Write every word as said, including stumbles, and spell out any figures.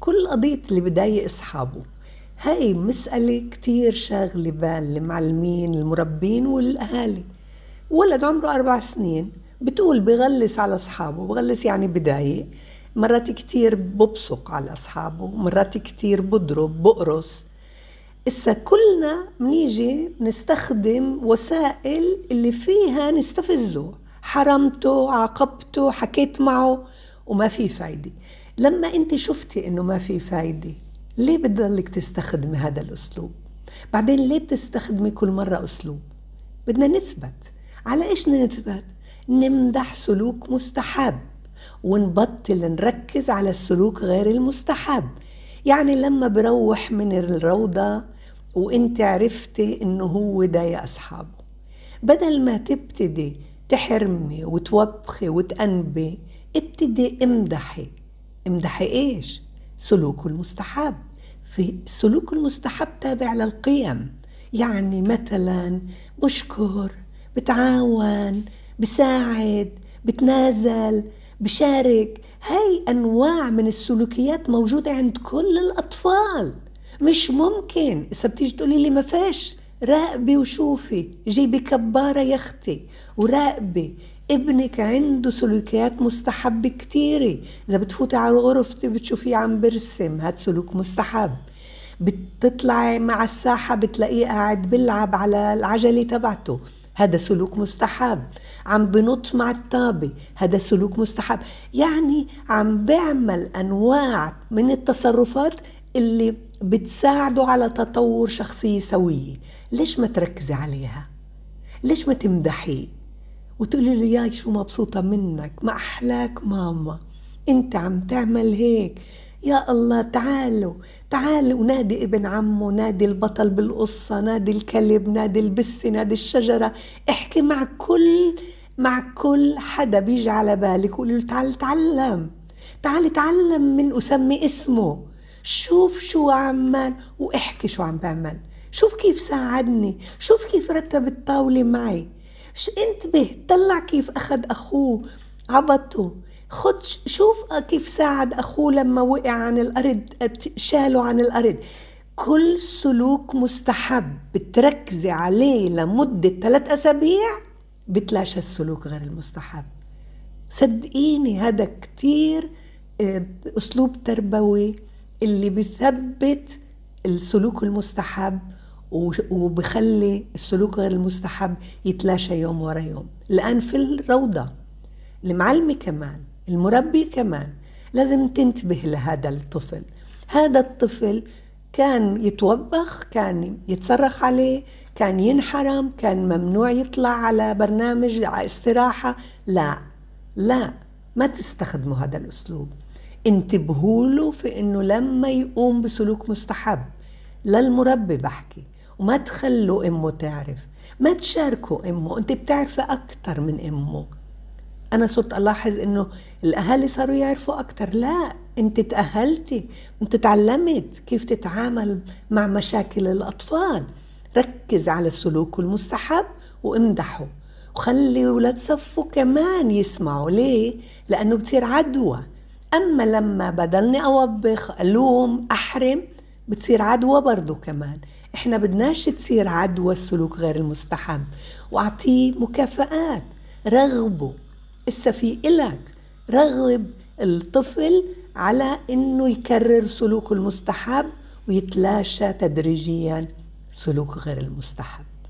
كل قضية اللي بضايق أصحابه، هاي مسألة كتير شاغلة بال المعلمين المربين والأهالي. ولد عمره أربع سنين بتقول بغلس على أصحابه، بغلس يعني بضايق، مرات كتير ببصق على أصحابه، مرات كتير بضرب بقرص. إسا كلنا منيجي نستخدم وسائل اللي فيها نستفزه، حرمته، عاقبته، حكيت معه وما في فايدة. لما انت شفتي انه ما في فايدة، ليه بتضلك تستخدمي هذا الأسلوب؟ بعدين ليه بتستخدمي كل مرة أسلوب؟ بدنا نثبت. على إيش نثبت؟ نمدح سلوك مستحب ونبطل نركز على السلوك غير المستحب. يعني لما بروح من الروضة وانت عرفتي انه هو ضايق أصحابه، بدل ما تبتدي تحرمي وتوبخي وتأنبي، ابتدي امدحي. امدحي ايش؟ سلوكه المستحب. في السلوك المستحب تابع للقيم، يعني مثلا بشكر، بتعاون، بساعد، بتنازل، بشارك. هاي أنواع من السلوكيات موجودة عند كل الأطفال. مش ممكن إذا بتيجي تقولي لي ما فيش، راقبي وشوفي، جيبي كبارة يا أختي وراقبي. ابنك عنده سلوكيات مستحبة كتيرة. إذا بتفوتي على غرفتي بتشوفيه عم برسم، هاد سلوك مستحب. بتطلعي مع الساحة بتلاقيه قاعد بلعب على العجلة تبعته، هذا سلوك مستحب. عم بنط مع الطابة، هذا سلوك مستحب. يعني عم بعمل أنواع من التصرفات اللي بتساعده على تطور شخصية سوية. ليش ما تركزي عليها؟ ليش ما تمدحيه وتقولي له ياي شو مبسوطة منك، ما أحلاك ماما، انت عم تعمل هيك، يا الله تعالوا تعالوا. نادي ابن عمه، نادي البطل بالقصة، نادي الكلب، نادي البسة، نادي الشجرة. احكي مع كل مع كل حدا بيجي على بالك وقولي له تعال تعلم، تعال تعلم من أسمي اسمه، شوف شو عمل واحكي شو عم بعمل، شوف كيف ساعدني، شوف كيف رتب الطاولة معي. انتبه، طلع كيف أخذ أخوه عبطه، خد شوف كيف ساعد أخوه لما وقع عن الأرض، شاله عن الأرض. كل سلوك مستحب بتركزي عليه لمدة ثلاث أسابيع بتلاشى السلوك غير المستحب. صدقيني هذا كتير أسلوب تربوي اللي بيثبت السلوك المستحب وبخلي السلوك غير المستحب يتلاشى يوم ورا يوم. لأن في الروضة المعلمة كمان، المربي كمان لازم تنتبه لهذا الطفل. هذا الطفل كان يتوبخ، كان يتصرخ عليه، كان ينحرم، كان ممنوع يطلع على برنامج على استراحة. لا لا، ما تستخدموا هذا الأسلوب. انتبهوا له في إنه لما يقوم بسلوك مستحب، للمربي بحكي، وما تخلوا أمه تعرف، ما تشاركوا أمه، أنت بتعرفي أكتر من أمه. أنا صرت ألاحظ إنه الأهالي صاروا يعرفوا أكتر. لا، أنت تأهلتي، أنت تعلمت كيف تتعامل مع مشاكل الأطفال. ركز على السلوك المستحب وامدحه، وخلي ولاد صفه كمان يسمعوا. ليه؟ لأنه بتصير عدوى. أما لما بدلني أوبخ، ألوم، أحرم، بتصير عدوى برضو كمان. إحنا بدناش تصير عدوى السلوك غير المستحب. وأعطيه مكافآت، رغبه. إسا في إلك رغب الطفل على إنه يكرر سلوكه المستحب ويتلاشى تدريجيا سلوك غير المستحب.